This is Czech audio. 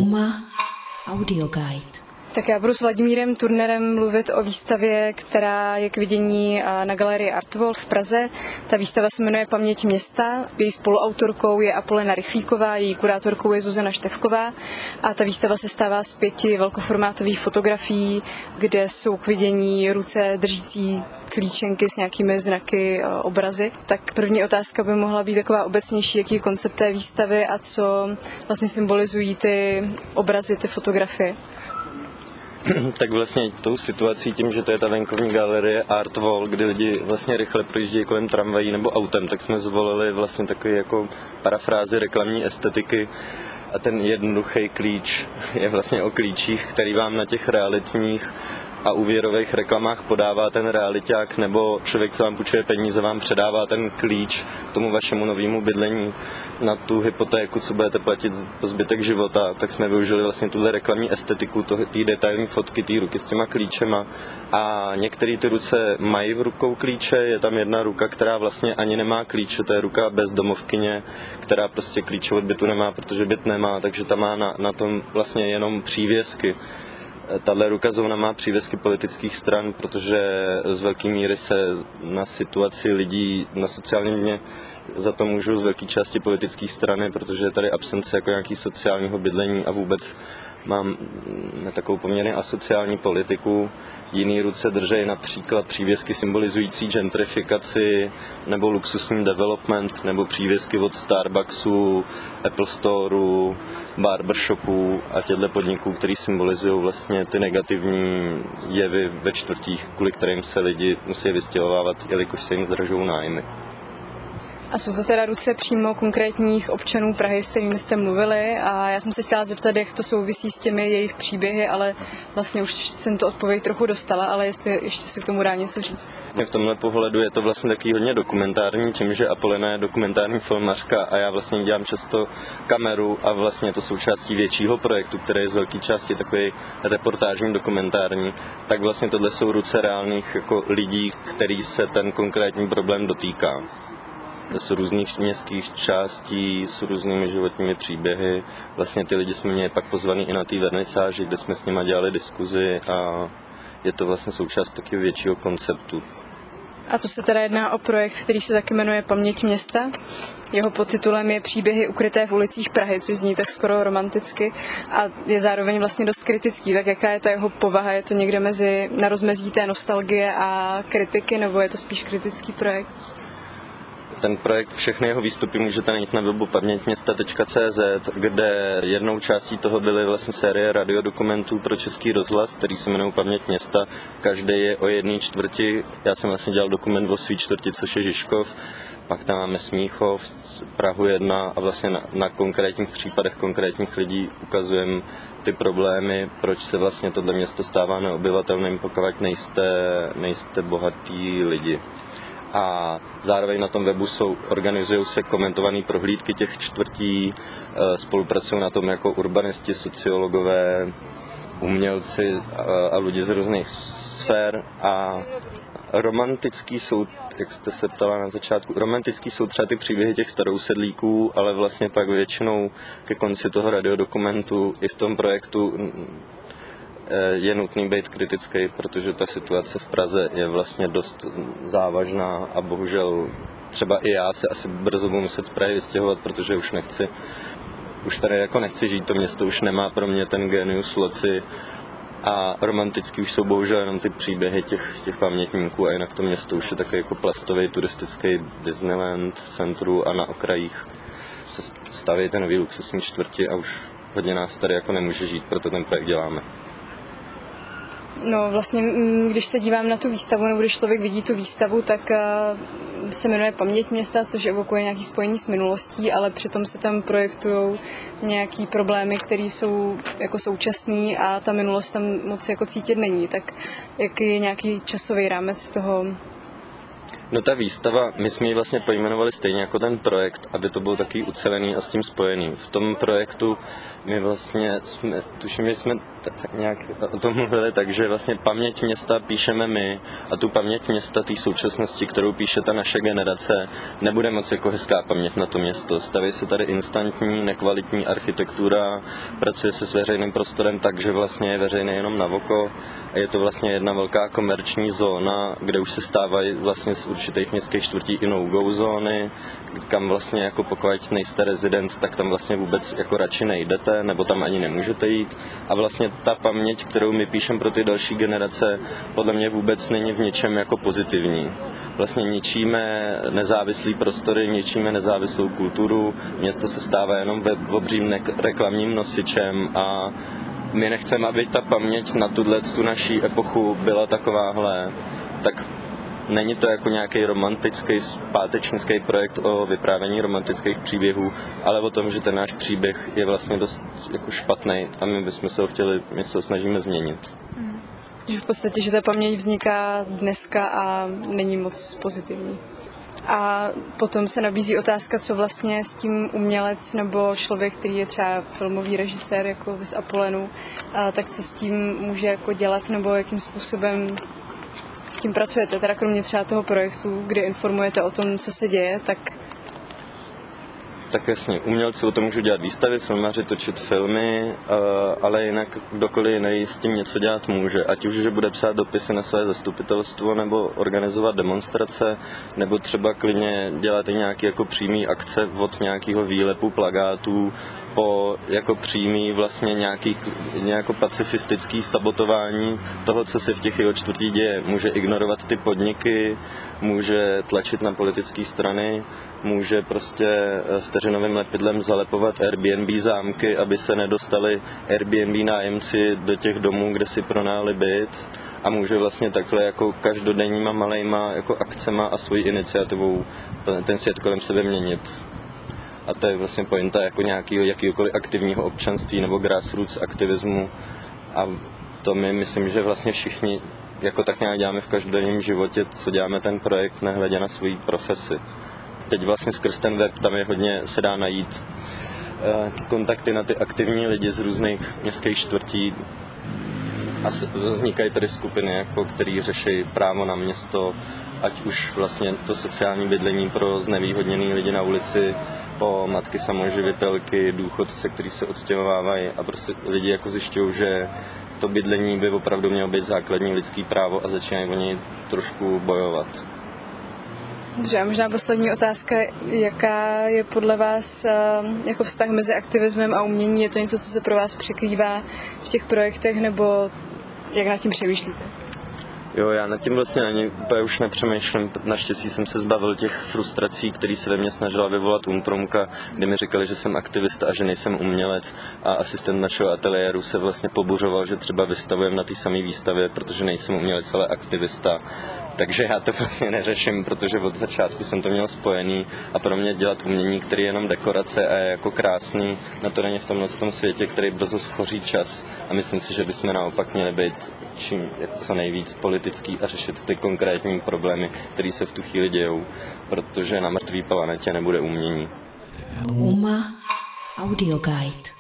Uma Audio Guide. Tak já budu s Vladimírem Turnerem mluvit o výstavě, která je k vidění na galerii Artwall v Praze. Ta výstava se jmenuje Paměť města. Její spoluautorkou je Apolena Rychlíková, její kurátorkou je Zuzana Števková a ta výstava se stává z 5 velkoformátových fotografií, kde jsou k vidění ruce držící klíčenky s nějakými znaky, obrazy. Tak první otázka by mohla být taková obecnější, jaký je koncept té výstavy a co vlastně symbolizují ty obrazy, ty fotografie. Tak vlastně tou situací tím, že to je ta venkovní galerie Artwall, kdy lidi vlastně rychle projíždějí kolem tramvají nebo autem, tak jsme zvolili vlastně takový jako parafrázi reklamní estetiky a ten jednoduchý klíč je vlastně o klíčích, který vám na těch realitních a úvěrových reklamách podává ten realiťák, nebo člověk, co vám půjčuje peníze, vám předává ten klíč k tomu vašemu novému bydlení na tu hypotéku, co budete platit po zbytek života. Tak jsme využili vlastně tuhle reklamní estetiku, ty detailní fotky, ty ruky s těma klíčema. A některé ty ruce mají v rukou klíče, je tam jedna ruka, která vlastně ani nemá klíče, to je ruka bezdomovkyně, která prostě klíče od bytu nemá, protože byt nemá, takže tam má na tom vlastně jenom přívěsky. Tahle ruka zóna má přívěsky politických stran, protože z velké míry se na situaci lidí na sociálním dně za to můžou z velké části politické strany, protože je tady absence jako nějaký sociálního bydlení a vůbec mám takovou poměrně asociální politiku. Jiný ruce drží například přívěsky symbolizující gentrifikaci nebo luxusní development nebo přívěsky od Starbucksu, Apple Storeu, barbershopů a těchto podniků, které symbolizují vlastně ty negativní jevy ve čtvrtích, kvůli kterým se lidi musí vystěhovávat, jelikož se jim zdražují nájmy. A jsou to teda ruce přímo konkrétních občanů Prahy, s kterými jste mluvili a já jsem se chtěla zeptat, jak to souvisí s těmi jejich příběhy, ale vlastně už jsem to odpověď trochu dostala, ale jestli ještě si k tomu dá něco říct. V tomhle pohledu je to vlastně taky hodně dokumentární, tím, že Apolena je dokumentární filmařka a já vlastně dělám často kameru a vlastně je to součástí většího projektu, který je z velké části takový reportážní dokumentární, tak vlastně tohle jsou ruce reálných jako lidí, který se ten konkrétní problém dotýká. Z různých městských částí, s různými životními příběhy. Vlastně ty lidi jsme měli pak pozvaný i na té vernisáži, kde jsme s nimi dělali diskuzi a je to vlastně součást takového většího konceptu. A to se teda jedná o projekt, který se taky jmenuje Paměť města. Jeho podtitulem je Příběhy ukryté v ulicích Prahy, což zní tak skoro romanticky a je zároveň vlastně dost kritický. Tak jaká je ta jeho povaha? Je to někde na rozmezí té nostalgie a kritiky, nebo je to spíš kritický projekt? Ten projekt, všechny jeho výstupy můžete najít na webu paměťměsta.cz, kde jednou částí toho byly vlastně série radiodokumentů pro Český rozhlas, který se jmenují Paměť města. Každý je o jedné čtvrti. Já jsem vlastně dělal dokument o svý čtvrti, což je Žižkov. Pak tam máme Smíchov, Prahu 1 a vlastně na konkrétních případech konkrétních lidí ukazujeme ty problémy, proč se vlastně tohle město stává neobyvatelným, pokud nejste bohatí lidi. A zároveň na tom webu organizují se komentované prohlídky těch čtvrtí, spolupracují na tom jako urbanisti, sociologové, umělci a lidi z různých sfér. A romantický jsou, jak jste se ptala na začátku, romantický jsou třeba ty příběhy těch starousedlíků, ale vlastně pak většinou ke konci toho radiodokumentu i v tom projektu je nutný být kritický, protože ta situace v Praze je vlastně dost závažná a bohužel třeba i já se asi brzo budu muset z Prahy vystěhovat, protože už tady jako nechci žít, to město už nemá pro mě ten genius loci a romantický už jsou bohužel jenom ty příběhy těch pamětníků a jinak to město už je takový jako plastový turistický Disneyland v centru a na okrajích se staví ten nový luxusní čtvrti a už hodně nás tady jako nemůže žít, proto ten projekt děláme. No vlastně, když se dívám na tu výstavu, nebo když člověk vidí tu výstavu, tak se jmenuje Paměť města, což evokuje nějaké spojení s minulostí, ale přitom se tam projektují nějaký problémy, které jsou jako současný a ta minulost tam moc jako cítit není. Tak jaký je nějaký časový rámec No ta výstava, my jsme ji vlastně pojmenovali stejně jako ten projekt, aby to bylo taky ucelený a s tím spojený. V tom projektu my vlastně jsme, tuším, že jsme tak nějak o tom mluvili, takže vlastně paměť města píšeme my a tu paměť města té současnosti, kterou píše ta naše generace, nebude moc jako hezká paměť na to město. Staví se tady instantní, nekvalitní architektura, pracuje se s veřejným prostorem tak, že vlastně je veřejný jenom na oko. Je to vlastně jedna velká komerční zóna, kde už se stávají vlastně z určitých městských čtvrtí i no-go zóny, kam vlastně jako pokud nejste rezident, tak tam vlastně vůbec jako radši nejdete, nebo tam ani nemůžete jít. A vlastně ta paměť, kterou my píšeme pro ty další generace, podle mě vůbec není v ničem jako pozitivní. Vlastně ničíme nezávislý prostory, ničíme nezávislou kulturu, město se stává jenom obřím reklamním nosičem a my nechceme, aby ta paměť na tu naší epochu byla takováhle, tak není to jako nějaký romantický, zpátečnický projekt o vyprávění romantických příběhů, ale o tom, že ten náš příběh je vlastně dost jako špatný a my bychom se ho chtěli, my se ho snažíme změnit. Že v podstatě, že ta paměť vzniká dneska a není moc pozitivní. A potom se nabízí otázka, co vlastně s tím umělec nebo člověk, který je třeba filmový režisér jako z Apolenu, tak co s tím může jako dělat nebo jakým způsobem s tím pracujete, teda kromě třeba toho projektu, kde informujete o tom, co se děje, Tak jasně, umělci o tom můžou dělat výstavy, filmaři točit filmy, ale jinak kdokoliv jiný s tím něco dělat může. Ať už, že bude psát dopisy na své zastupitelstvo, nebo organizovat demonstrace, nebo třeba klidně dělat i nějaké jako přímé akce od nějakého výlepu plakátů po jako přímý vlastně nějaký pacifistický sabotování toho, co se v těch jeho čtvrtí děje. Může ignorovat ty podniky, může tlačit na politické strany, může prostě vteřinovým lepidlem zalepovat Airbnb zámky, aby se nedostali Airbnb nájemci do těch domů, kde si pronajali byt a může vlastně takhle jako každodenníma malejma jako akcema a svojí iniciativou ten svět kolem sebe měnit. A to je vlastně pointa jako jakýkoliv aktivního občanství nebo grassroots aktivismu a to my myslím, že vlastně všichni jako tak nějak děláme v každodenním životě, co děláme ten projekt, nehledě na svoji profesi. Teď vlastně skrz ten web tam je hodně, se dá najít kontakty na ty aktivní lidi z různých městských čtvrtí a vznikají tady skupiny, jako, které řeší právo na město, ať už vlastně to sociální bydlení pro znevýhodněný lidi na ulici, po matky samoživitelky, důchodce, kteří se odstěhovávají a prostě lidi jako zjišťují, že to bydlení by opravdu mělo být základní lidský právo a začínají o něj trošku bojovat. Dobře, a možná poslední otázka, jaká je podle vás jako vztah mezi aktivismem a umění? Je to něco, co se pro vás překrývá v těch projektech, nebo jak nad tím přemýšlíte? Jo, já nad tím vlastně ani úplně už nepřemýšlím. Naštěstí jsem se zbavil těch frustrací, které se ve mně snažila vyvolat Unpromka, kdy mi říkali, že jsem aktivista a že nejsem umělec a asistent našeho ateliéru se vlastně pobuřoval, že třeba vystavujem na té samé výstavě, protože nejsem umělec, ale aktivista. Takže já to vlastně neřeším, protože od začátku jsem to měl spojený a pro mě dělat umění, který je jenom dekorace a je jako krásný, na to není v tomhle světě, který brzo schoří čas a myslím si, že bychom naopak měli být čím jako co nejvíc politický a řešit ty konkrétní problémy, které se v tu chvíli dějou, protože na mrtvý planetě nebude umění. UMA Audio Guide.